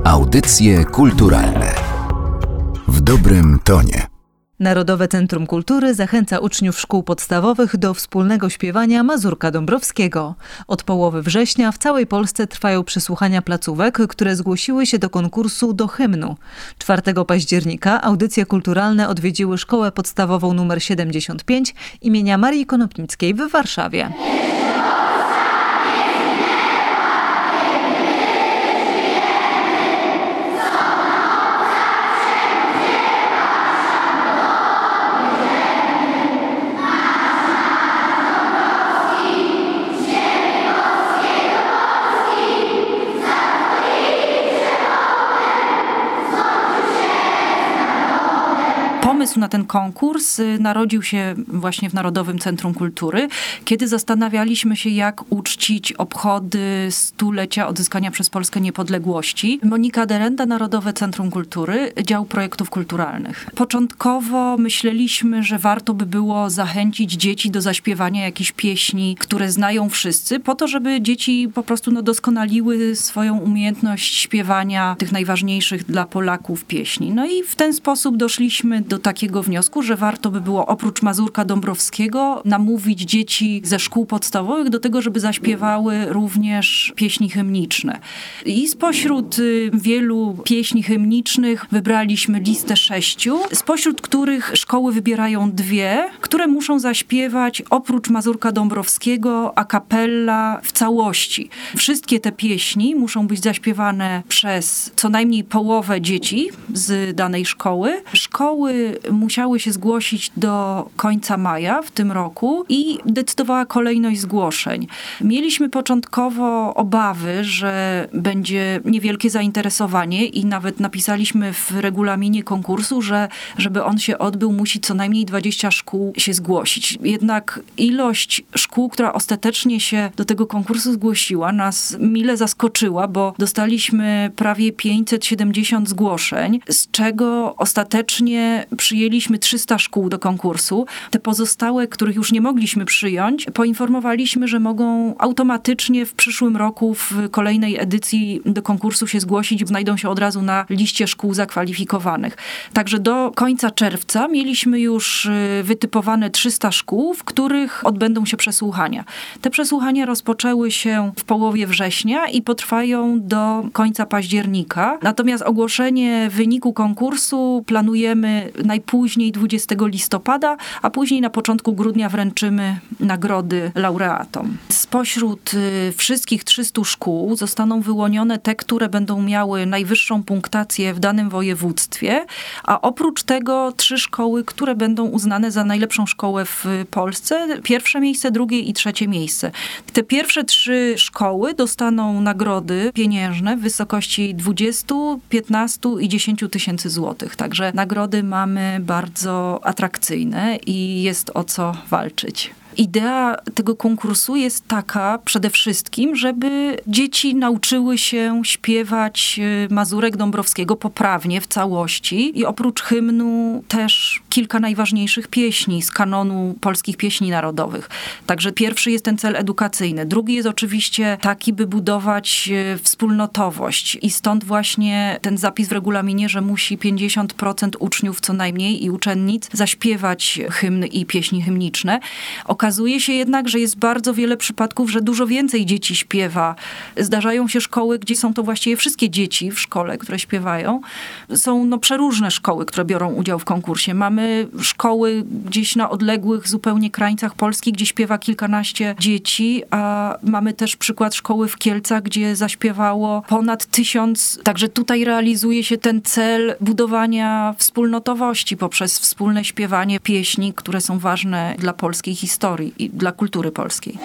Audycje kulturalne w dobrym tonie. Narodowe Centrum Kultury zachęca uczniów szkół podstawowych do wspólnego śpiewania Mazurka Dąbrowskiego. Od połowy września w całej Polsce trwają przesłuchania placówek, które zgłosiły się do konkursu do hymnu. 4 października audycje kulturalne odwiedziły Szkołę Podstawową nr 75 imienia Marii Konopnickiej w Warszawie. Pomysł na ten konkurs narodził się właśnie w Narodowym Centrum Kultury, kiedy zastanawialiśmy się, jak uczcić obchody stulecia odzyskania przez Polskę niepodległości. Monika Derenda, Narodowe Centrum Kultury, dział projektów kulturalnych. Początkowo myśleliśmy, że warto by było zachęcić dzieci do zaśpiewania jakichś pieśni, które znają wszyscy, po to, żeby dzieci po prostu doskonaliły swoją umiejętność śpiewania tych najważniejszych dla Polaków pieśni. No i w ten sposób doszliśmy do takiego wniosku, że warto by było oprócz Mazurka Dąbrowskiego namówić dzieci ze szkół podstawowych do tego, żeby zaśpiewały również pieśni hymniczne. I spośród wielu pieśni hymnicznych wybraliśmy listę 6, spośród których szkoły wybierają 2, które muszą zaśpiewać oprócz Mazurka Dąbrowskiego a cappella w całości. Wszystkie te pieśni muszą być zaśpiewane przez co najmniej połowę dzieci z danej szkoły. Szkoły musiały się zgłosić do końca maja w tym roku i decydowała kolejność zgłoszeń. Mieliśmy początkowo obawy, że będzie niewielkie zainteresowanie i nawet napisaliśmy w regulaminie konkursu, że żeby on się odbył, musi co najmniej 20 szkół się zgłosić. Jednak ilość szkół, która ostatecznie się do tego konkursu zgłosiła, nas mile zaskoczyła, bo dostaliśmy prawie 570 zgłoszeń, z czego ostatecznie przyjęliśmy 300 szkół do konkursu. Te pozostałe, których już nie mogliśmy przyjąć, poinformowaliśmy, że mogą automatycznie w przyszłym roku w kolejnej edycji do konkursu się zgłosić, znajdą się od razu na liście szkół zakwalifikowanych. Także do końca czerwca mieliśmy już wytypowane 300 szkół, w których odbędą się przesłuchania. Te przesłuchania rozpoczęły się w połowie września i potrwają do końca października. Natomiast ogłoszenie wyniku konkursu planujemy najpóźniej 20 listopada, a później na początku grudnia wręczymy nagrody laureatom. Spośród wszystkich 300 szkół zostaną wyłonione te, które będą miały najwyższą punktację w danym województwie, a oprócz tego 3 szkoły, które będą uznane za najlepszą szkołę w Polsce. Pierwsze miejsce, drugie i trzecie miejsce. Te pierwsze 3 szkoły dostaną nagrody pieniężne w wysokości 20, 15 i 10 tysięcy złotych. Także nagrody mamy bardzo atrakcyjne i jest o co walczyć. Idea tego konkursu jest taka przede wszystkim, żeby dzieci nauczyły się śpiewać Mazurek Dąbrowskiego poprawnie, w całości i oprócz hymnu też kilka najważniejszych pieśni z kanonu polskich pieśni narodowych. Także pierwszy jest ten cel edukacyjny. Drugi jest oczywiście taki, by budować wspólnotowość i stąd właśnie ten zapis w regulaminie, że musi 50% uczniów co najmniej i uczennic zaśpiewać hymn i pieśni hymniczne. Okazuje się jednak, że jest bardzo wiele przypadków, że dużo więcej dzieci śpiewa. Zdarzają się szkoły, gdzie są to właściwie wszystkie dzieci w szkole, które śpiewają. Są przeróżne szkoły, które biorą udział w konkursie. Mamy szkoły gdzieś na odległych zupełnie krańcach Polski, gdzie śpiewa kilkanaście dzieci, a mamy też przykład szkoły w Kielcach, gdzie zaśpiewało ponad 1000. Także tutaj realizuje się ten cel budowania wspólnotowości poprzez wspólne śpiewanie pieśni, które są ważne dla polskiej historii i dla kultury polskiej.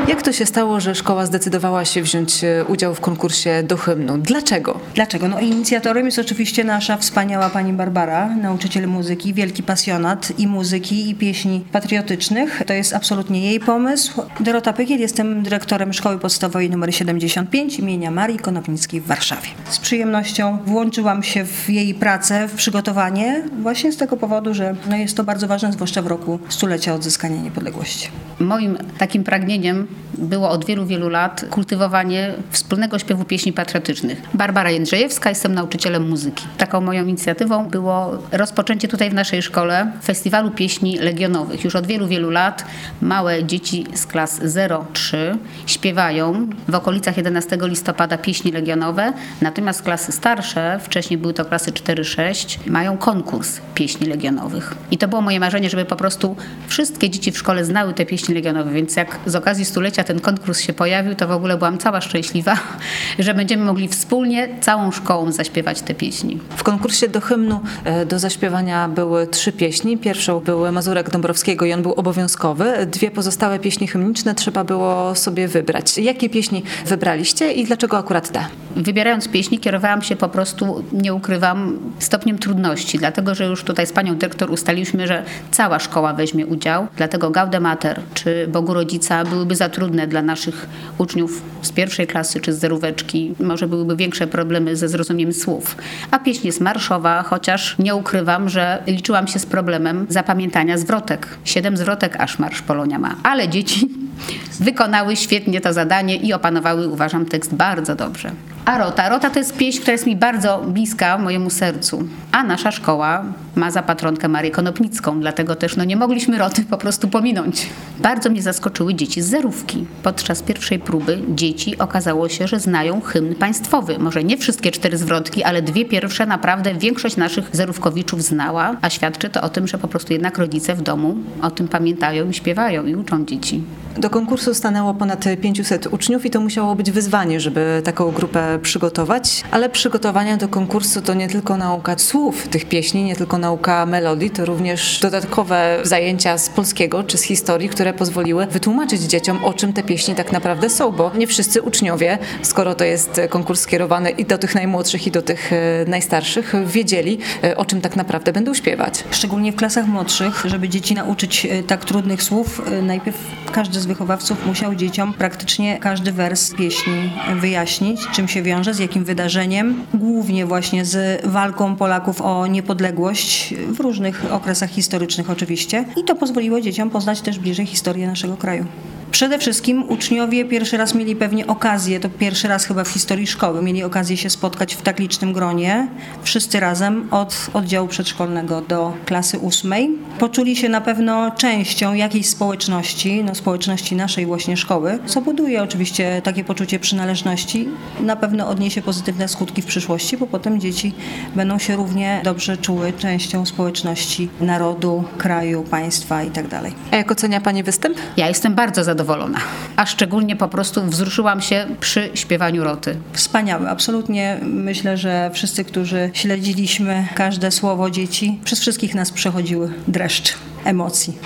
Jak to się stało, że szkoła zdecydowała się wziąć udział w konkursie do hymnu? Dlaczego? Dlaczego? No inicjatorem jest oczywiście nasza wspaniała pani Barbara, nauczyciel muzyki, wielki pasjonat i muzyki, i pieśni patriotycznych. To jest absolutnie jej pomysł. Dorota Pykiel, jestem dyrektorem Szkoły Podstawowej nr 75 imienia Marii Konopnickiej w Warszawie. Z przyjemnością włączyłam się w jej pracę, w przygotowanie, właśnie z tego powodu, że jest to bardzo ważne, zwłaszcza w roku stulecia odzyskania niepodległości. Moim takim pragnieniem było od wielu, wielu lat kultywowanie wspólnego śpiewu pieśni patriotycznych. Barbara Jędrzejewska, jestem nauczycielem muzyki. Taką moją inicjatywą było rozpoczęcie tutaj w naszej szkole festiwalu pieśni legionowych. Już od wielu, wielu lat małe dzieci z klas 0-3 śpiewają w okolicach 11 listopada pieśni legionowe, natomiast klasy starsze, wcześniej były to klasy 4-6, mają konkurs pieśni legionowych. I to było moje marzenie, żeby po prostu wszystkie dzieci w szkole znały te pieśni legionowe, więc jak z okazji stulecia ten konkurs się pojawił, to w ogóle byłam cała szczęśliwa, że będziemy mogli wspólnie całą szkołą zaśpiewać te pieśni. W konkursie do hymnu do zaśpiewania były 3 pieśni. Pierwszą był Mazurek Dąbrowskiego i on był obowiązkowy. 2 pozostałe pieśni hymniczne trzeba było sobie wybrać. Jakie pieśni wybraliście i dlaczego akurat te? Wybierając pieśni, kierowałam się po prostu, nie ukrywam, stopniem trudności, dlatego że już tutaj z panią dyrektor ustaliliśmy, że cała szkoła weźmie udział, dlatego Gaude Mater czy Bogu Rodzica byłyby za trudne dla naszych uczniów z pierwszej klasy czy z zeróweczki. Może byłyby większe problemy ze zrozumieniem słów. A pieśń jest marszowa, chociaż nie ukrywam, że liczyłam się z problemem zapamiętania zwrotek. 7 zwrotek aż marsz Polonia ma. Ale dzieci wykonały świetnie to zadanie i opanowały, uważam, tekst bardzo dobrze. A Rota. Rota to jest pieśń, która jest mi bardzo bliska mojemu sercu. A nasza szkoła ma za patronkę Marię Konopnicką, dlatego też nie mogliśmy Roty po prostu pominąć. Bardzo mnie zaskoczyły dzieci z zerówki. Podczas pierwszej próby dzieci okazało się, że znają hymn państwowy. Może nie wszystkie 4 zwrotki, ale 2 pierwsze naprawdę większość naszych zerówkowiczów znała, a świadczy to o tym, że po prostu jednak rodzice w domu o tym pamiętają i śpiewają i uczą dzieci. Do konkursu stanęło ponad 500 uczniów i to musiało być wyzwanie, żeby taką grupę przygotować. Ale przygotowania do konkursu to nie tylko nauka słów tych pieśni, nie tylko nauka melodii, to również dodatkowe zajęcia z polskiego czy z historii, które pozwoliły wytłumaczyć dzieciom, o czym te pieśni tak naprawdę są, bo nie wszyscy uczniowie, skoro to jest konkurs skierowany i do tych najmłodszych, i do tych najstarszych, wiedzieli, o czym tak naprawdę będą śpiewać. Szczególnie w klasach młodszych, żeby dzieci nauczyć tak trudnych słów, najpierw każdy z wychowawców musiał dzieciom praktycznie każdy wers pieśni wyjaśnić, czym się wiąże, z jakim wydarzeniem, głównie właśnie z walką Polaków o niepodległość w różnych okresach historycznych oczywiście. I to pozwoliło dzieciom poznać też bliżej historię naszego kraju. Przede wszystkim uczniowie pierwszy raz mieli pewnie okazję, to pierwszy raz chyba w historii szkoły, mieli okazję się spotkać w tak licznym gronie, wszyscy razem od oddziału przedszkolnego do klasy 8. Poczuli się na pewno częścią jakiejś społeczności, społeczności naszej właśnie szkoły, co buduje oczywiście takie poczucie przynależności. Na pewno odniesie pozytywne skutki w przyszłości, bo potem dzieci będą się równie dobrze czuły częścią społeczności, narodu, kraju, państwa itd. A jak ocenia pani występ? Ja jestem bardzo zadowolona, a szczególnie po prostu wzruszyłam się przy śpiewaniu Roty. Wspaniałe, absolutnie myślę, że wszyscy, którzy śledziliśmy każde słowo dzieci, przez wszystkich nas przechodziły dreszcz emocji.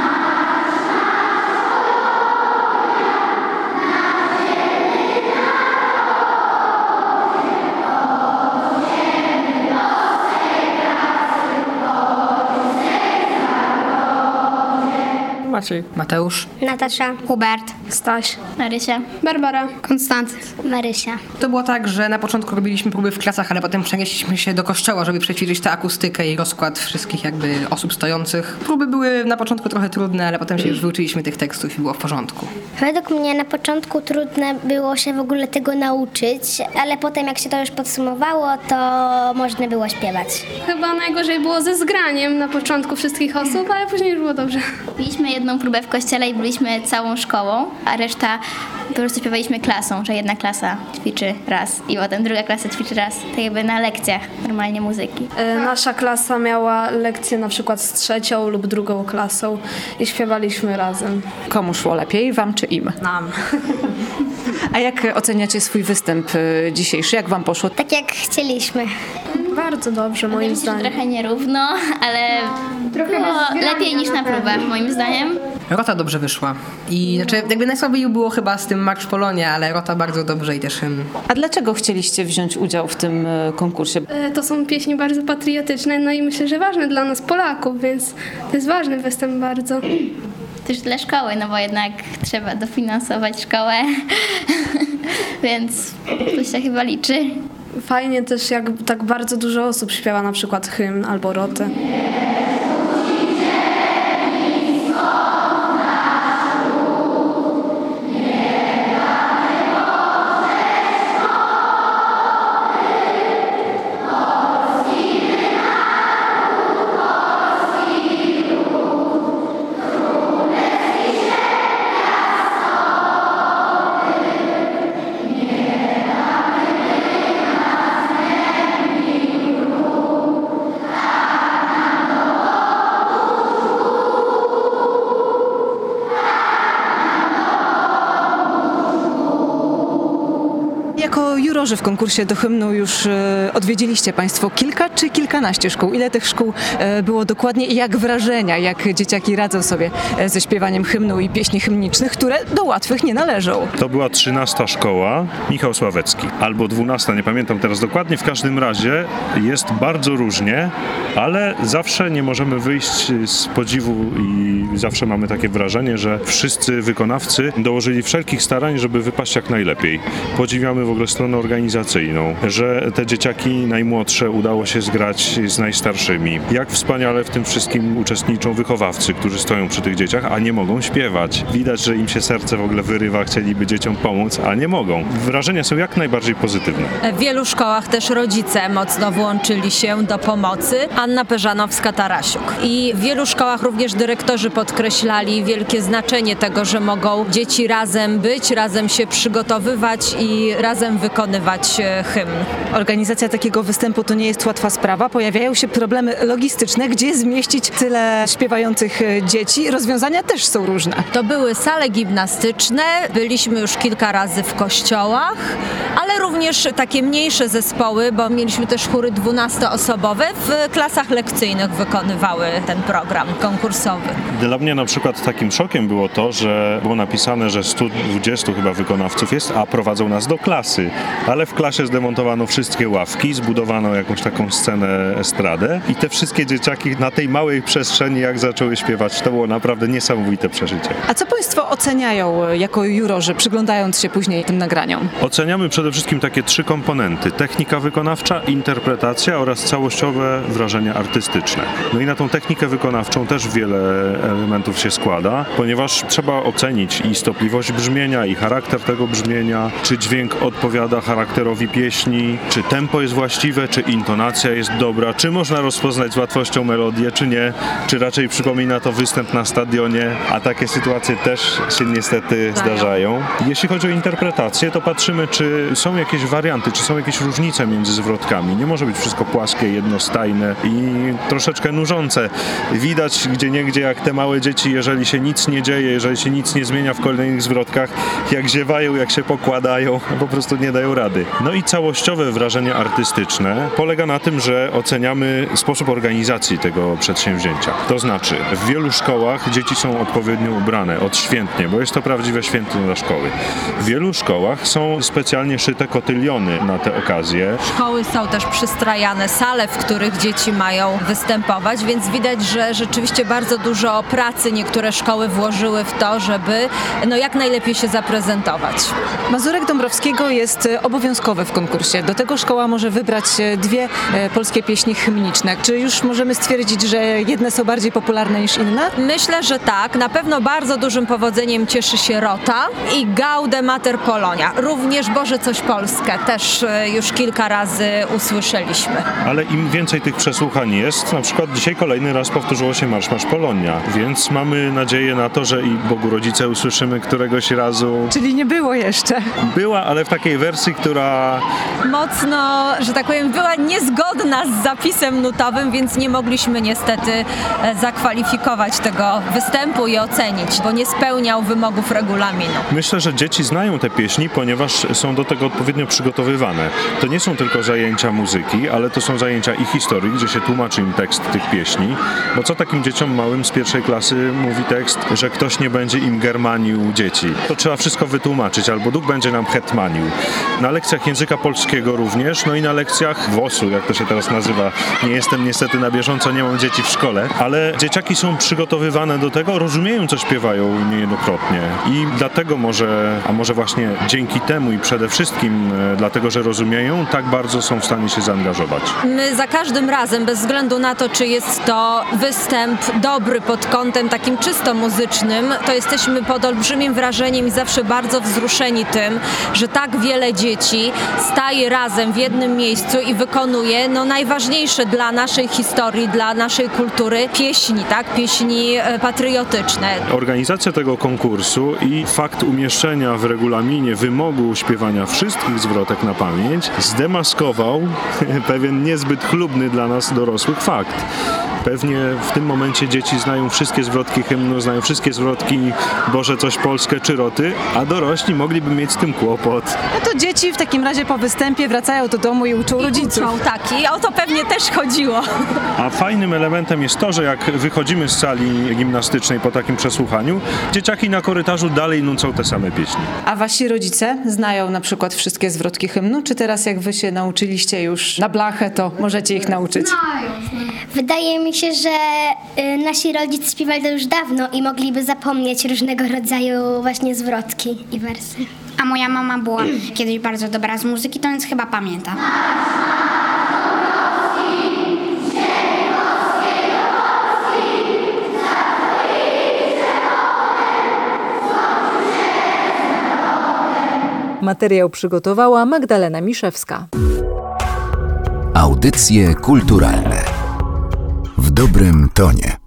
Maciej, Mateusz, Natasza, Hubert, Staś, Marysia, Barbara, Konstanty, Marysia. To było tak, że na początku robiliśmy próby w klasach, ale potem przenieśliśmy się do kościoła, żeby przećwiczyć tę akustykę i rozkład wszystkich osób stojących. Próby były na początku trochę trudne, ale potem się już wyuczyliśmy tych tekstów i było w porządku. Według mnie na początku trudne było się w ogóle tego nauczyć, ale potem jak się to już podsumowało, to można było śpiewać. Chyba najgorzej było ze zgraniem na początku wszystkich osób, ale później już było dobrze. Mieliśmy jedną próbę w kościele i byliśmy całą szkołą, a reszta po prostu śpiewaliśmy klasą, że jedna klasa ćwiczy raz i potem druga klasa ćwiczy raz, tak jakby na lekcjach normalnie muzyki. Nasza klasa miała lekcję na przykład z 3. lub 2. klasą i śpiewaliśmy razem. Komu szło lepiej, wam czy im? Nam. A jak oceniacie swój występ dzisiejszy? Jak wam poszło? Tak jak chcieliśmy. Bardzo dobrze, moim zdaniem. Trochę nierówno, ale było lepiej niż na próbach, moim zdaniem. Rota dobrze wyszła. I znaczy jakby najsłabiej było chyba z tym Marsz Polonia, ale Rota bardzo dobrze i też hymn. A dlaczego chcieliście wziąć udział w tym konkursie? To są pieśni bardzo patriotyczne, no i myślę, że ważne dla nas Polaków, więc to jest ważny występ bardzo. Też dla szkoły, no bo jednak trzeba dofinansować szkołę, więc to się chyba liczy. Fajnie też, jak tak bardzo dużo osób śpiewa na przykład hymn albo rotę. Jako jurorzy w konkursie do hymnu już odwiedziliście Państwo kilka czy kilkanaście szkół. Ile tych szkół było dokładnie i jak wrażenia, jak dzieciaki radzą sobie ze śpiewaniem hymnu i pieśni hymnicznych, które do łatwych nie należą? To była 13. szkoła, Michał Sławecki, albo 12, nie pamiętam teraz dokładnie. W każdym razie jest bardzo różnie, ale zawsze nie możemy wyjść z podziwu i zawsze mamy takie wrażenie, że wszyscy wykonawcy dołożyli wszelkich starań, żeby wypaść jak najlepiej. Podziwiamy w ogóle stronę organizacyjną, że te dzieciaki najmłodsze udało się zgrać z najstarszymi. Jak wspaniale w tym wszystkim uczestniczą wychowawcy, którzy stoją przy tych dzieciach, a nie mogą śpiewać. Widać, że im się serce w ogóle wyrywa, chcieliby dzieciom pomóc, a nie mogą. Wrażenia są jak najbardziej pozytywne. W wielu szkołach też rodzice mocno włączyli się do pomocy. Anna Peżanowska-Tarasiuk. I w wielu szkołach również dyrektorzy podkreślali wielkie znaczenie tego, że mogą dzieci razem być, razem się przygotowywać i razem wykonywać hymn. Organizacja takiego występu to nie jest łatwa sprawa. Pojawiają się problemy logistyczne, gdzie zmieścić tyle śpiewających dzieci. Rozwiązania też są różne. To były sale gimnastyczne, byliśmy już kilka razy w kościołach, ale również takie mniejsze zespoły, bo mieliśmy też chóry 12-osobowe, w klasach lekcyjnych wykonywały ten program konkursowy. Dla mnie na przykład takim szokiem było to, że było napisane, że 120 chyba wykonawców jest, a prowadzą nas do klasy. Ale w klasie zdemontowano wszystkie ławki, zbudowano jakąś taką scenę, estradę i te wszystkie dzieciaki na tej małej przestrzeni jak zaczęły śpiewać, to było naprawdę niesamowite przeżycie. A co Państwo oceniają jako jurorzy, przyglądając się później tym nagraniom? Oceniamy przede wszystkim takie 3 komponenty. Technika wykonawcza, interpretacja oraz całościowe wrażenia artystyczne. No i na tą technikę wykonawczą też wiele elementów się składa, ponieważ trzeba ocenić i stopliwość brzmienia, i charakter tego brzmienia, czy dźwięk odpowiada charakterowi pieśni, czy tempo jest właściwe, czy intonacja jest dobra, czy można rozpoznać z łatwością melodię, czy nie, czy raczej przypomina to występ na stadionie, a takie sytuacje też się niestety zdarzają. Jeśli chodzi o interpretację, to patrzymy, czy są jakieś warianty, czy są jakieś różnice między zwrotkami. Nie może być wszystko płaskie, jednostajne i troszeczkę nużące. Widać gdzieniegdzie, jak te małe dzieci, jeżeli się nic nie dzieje, jeżeli się nic nie zmienia w kolejnych zwrotkach, jak ziewają, jak się pokładają, po prostu nie dają rady. No i całościowe wrażenie artystyczne polega na tym, że oceniamy sposób organizacji tego przedsięwzięcia. To znaczy, w wielu szkołach dzieci są odpowiednio ubrane, odświętnie, bo jest to prawdziwe święto dla szkoły. W wielu szkołach są specjalnie szyte kotyliony na te okazje. Szkoły są też przystrajane sale, w których dzieci mają występować, więc widać, że rzeczywiście bardzo dużo pracy niektóre szkoły włożyły w to, żeby jak najlepiej się zaprezentować. Mazurek Dąbrowskiego jest obowiązkowy w konkursie. Do tego szkoła może wybrać 2 polskie pieśni hymniczne. Czy już możemy stwierdzić, że jedne są bardziej popularne niż inne? Myślę, że tak. Na pewno bardzo dużym powodzeniem cieszy się Rota i Gaude Mater Polonia. Również Boże coś Polskę też już kilka razy usłyszeliśmy. Ale im więcej tych przesłuchań jest, na przykład dzisiaj kolejny raz powtórzyło się Marsz Polonia, więc mamy nadzieję na to, że i Bogu Rodzice usłyszymy któregoś razu. Czyli nie było jeszcze? Była, ale w takiej wersji, która mocno, że tak powiem, była niezgodna z zapisem nutowym, więc nie mogliśmy niestety zakwalifikować tego występu i ocenić, bo nie spełniał wymogów regulaminu. Myślę, że dzieci znają te pieśni, ponieważ są do tego odpowiednio przygotowywane. To nie są tylko zajęcia muzyki, ale to są zajęcia i historii, gdzie się tłumaczy im tekst tych pieśni. Bo co takim dzieciom małym z pierwszej klasy mówi tekst, że ktoś nie będzie im germanił dzieci? To trzeba wszystko wytłumaczyć, albo Bóg będzie nam hetmanił. Na lekcjach języka polskiego również, no i na lekcjach WOS-u, jak to się teraz nazywa. Nie jestem niestety na bieżąco, nie mam dzieci w szkole, ale dzieciaki są przygotowywane do tego, rozumieją, co śpiewają niejednokrotnie. I dlatego może właśnie dzięki temu i przede wszystkim dlatego, że rozumieją, tak bardzo są w stanie się zaangażować. My za każdym razem, bez względu na to, czy jest to występ dobry pod kątem takim czysto muzycznym, to jesteśmy pod olbrzymim wrażeniem i zawsze bardzo wzruszeni tym, że tak wiele dzieci staje razem w jednym miejscu i wykonuje najważniejsze dla naszej historii, dla naszej kultury pieśni, tak? Pieśni patriotyczne. Organizacja tego konkursu i fakt umieszczenia w regulaminie wymogu śpiewania wszystkich zwrotek na pamięć zdemaskował pewien niezbyt chlubny dla nas dorosłych fakt. Pewnie w tym momencie dzieci znają wszystkie zwrotki hymnu, znają wszystkie zwrotki Boże coś Polskę czy Roty, a dorośli mogliby mieć z tym kłopot. No to dzieci w takim razie po występie wracają do domu i uczą rodziców. Tak, i o to pewnie też chodziło. A fajnym elementem jest to, że jak wychodzimy z sali gimnastycznej po takim przesłuchaniu, dzieciaki na korytarzu dalej nucą te same pieśni. A wasi rodzice znają na przykład wszystkie zwrotki hymnu, czy teraz jak wy się nauczyliście już na blachę, to możecie ich nauczyć? Wydaje mi się, że nasi rodzice śpiewali to już dawno i mogliby zapomnieć różnego rodzaju właśnie zwrotki i wersy. A moja mama była kiedyś bardzo dobra z muzyki, to więc chyba pamięta. Materiał przygotowała Magdalena Miszewska. Audycje kulturalne w dobrym tonie.